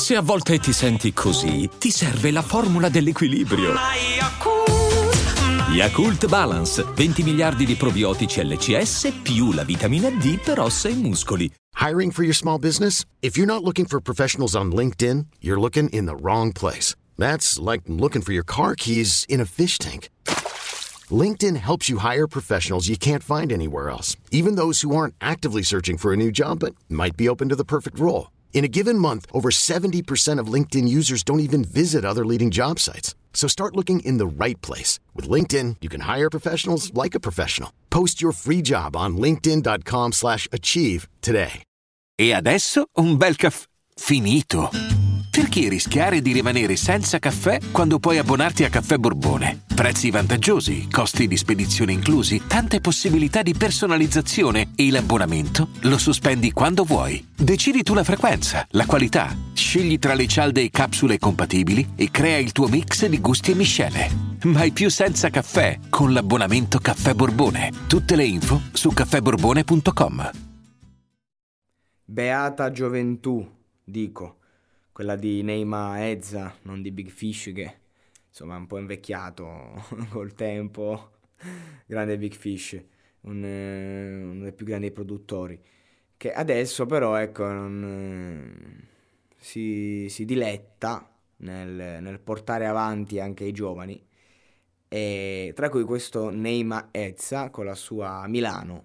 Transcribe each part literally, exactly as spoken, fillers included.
Se a volte ti senti così, ti serve la formula dell'equilibrio. Yakult Balance, venti miliardi di probiotici L C S più la vitamina D per ossa e muscoli. Hiring for your small business? If you're not looking for professionals on LinkedIn, you're looking in the wrong place. That's like looking for your car keys in a fish tank. LinkedIn helps you hire professionals you can't find anywhere else, even those who aren't actively searching for a new job but might be open to the perfect role. In a given month, over seventy percent of LinkedIn users don't even visit other leading job sites. So start looking in the right place. With LinkedIn, you can hire professionals like a professional. Post your free job on linkedin.com slash achieve today. E adesso un bel caffè finito. Perché rischiare di rimanere senza caffè quando puoi abbonarti a Caffè Borbone? Prezzi vantaggiosi, costi di spedizione inclusi, tante possibilità di personalizzazione e l'abbonamento lo sospendi quando vuoi. Decidi tu la frequenza, la qualità, scegli tra le cialde e capsule compatibili e crea il tuo mix di gusti e miscele. Mai più senza caffè con l'abbonamento Caffè Borbone. Tutte le info su caffè borbone punto com. Beata gioventù, dico. Quella di Neima Ezza, non di Big Fish, che insomma è un po' invecchiato col tempo. Grande Big Fish, un, eh, uno dei più grandi produttori, che adesso però ecco non, eh, si, si diletta nel, nel portare avanti anche i giovani, e tra cui questo Neima Ezza con la sua Milano.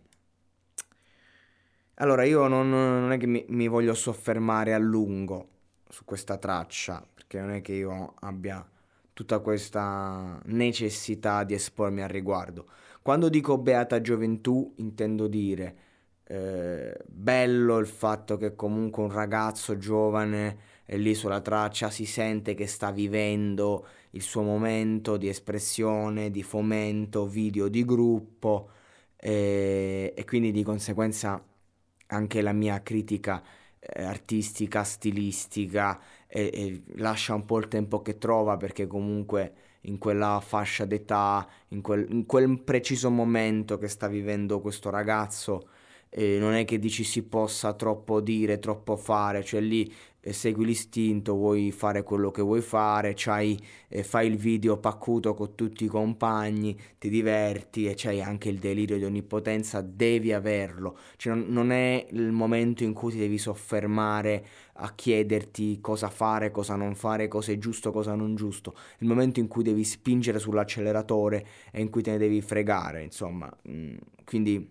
Allora io non, non è che mi, mi voglio soffermare a lungo su questa traccia, perché non è che io abbia tutta questa necessità di espormi al riguardo. Quando dico beata gioventù intendo dire eh, bello il fatto che comunque un ragazzo giovane è lì sulla traccia, si sente che sta vivendo il suo momento di espressione, di fomento, video di gruppo, eh, e quindi di conseguenza anche la mia critica artistica, stilistica, e, e lascia un po' il tempo che trova, perché comunque in quella fascia d'età, in quel, in quel preciso momento che sta vivendo questo ragazzo, eh, non è che dici si possa troppo dire, troppo fare, cioè lì eh, segui l'istinto, vuoi fare quello che vuoi fare, c'hai, eh, fai il video paccuto con tutti i compagni, ti diverti e c'hai anche il delirio di onnipotenza, devi averlo, cioè non, non è il momento in cui ti devi soffermare a chiederti cosa fare, cosa non fare, cosa è giusto, cosa non giusto, il momento in cui devi spingere sull'acceleratore e in cui te ne devi fregare, insomma, mm, quindi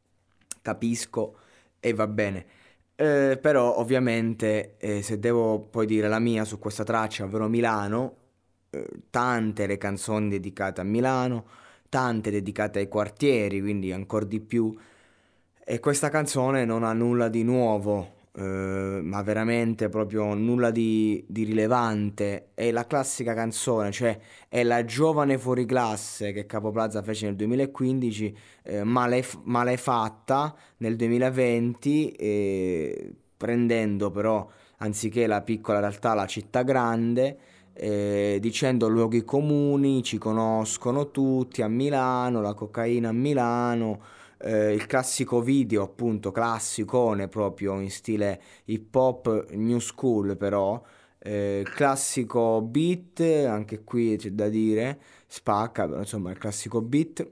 capisco e va bene. Eh, però ovviamente eh, se devo poi dire la mia su questa traccia, ovvero Milano, eh, tante le canzoni dedicate a Milano, tante dedicate ai quartieri, quindi ancora di più, e questa canzone non ha nulla di nuovo, eh, ma veramente proprio nulla di, di rilevante. È la classica canzone, cioè è la giovane fuoriclasse che Capo Plaza fece nel duemilaquindici, eh, malef- malefatta nel duemilaventi, eh, prendendo però anziché la piccola realtà la città grande, eh, dicendo luoghi comuni, ci conoscono tutti a Milano, la cocaina a Milano, eh, il classico video appunto classicone proprio in stile hip hop new school, però eh, classico beat, anche qui c'è da dire, spacca, però insomma il classico beat,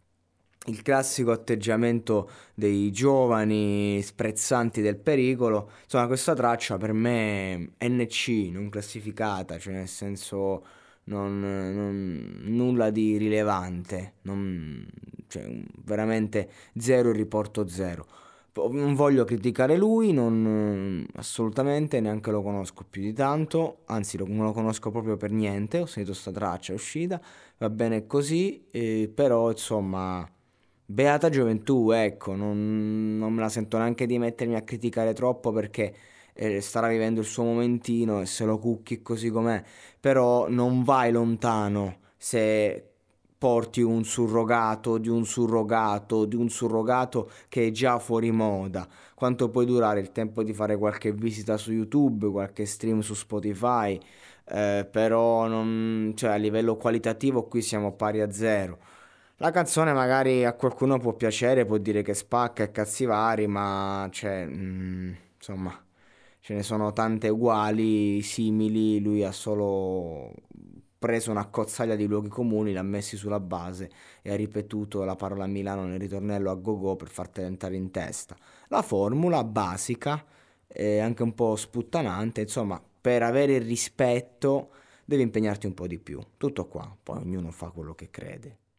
il classico atteggiamento dei giovani sprezzanti del pericolo. Insomma, questa traccia per me è N C, non classificata, cioè nel senso non, non- nulla di rilevante, non, cioè veramente zero il riporto zero. Po- Non voglio criticare lui, non, assolutamente, neanche lo conosco più di tanto, anzi lo- non lo conosco proprio per niente, ho sentito sta traccia, è uscita, va bene così, eh, però insomma, beata gioventù, ecco, non, non me la sento neanche di mettermi a criticare troppo, perché eh, starà vivendo il suo momentino e se lo cucchi così com'è, però non vai lontano se porti un surrogato di un surrogato di un surrogato che è già fuori moda. Quanto puoi durare? Il tempo di fare qualche visita su YouTube, qualche stream su Spotify, eh, però non, cioè, a livello qualitativo qui siamo pari a zero. La canzone magari a qualcuno può piacere, può dire che spacca e cazzi vari, ma cioè, mm, insomma, ce ne sono tante uguali, simili, lui ha solo preso una cozzaglia di luoghi comuni, l'ha messi sulla base e ha ripetuto la parola Milano nel ritornello a go-go per fartela entrare in testa. La formula basica, è anche un po' sputtanante, insomma, per avere il rispetto devi impegnarti un po' di più. Tutto qua, poi ognuno fa quello che crede.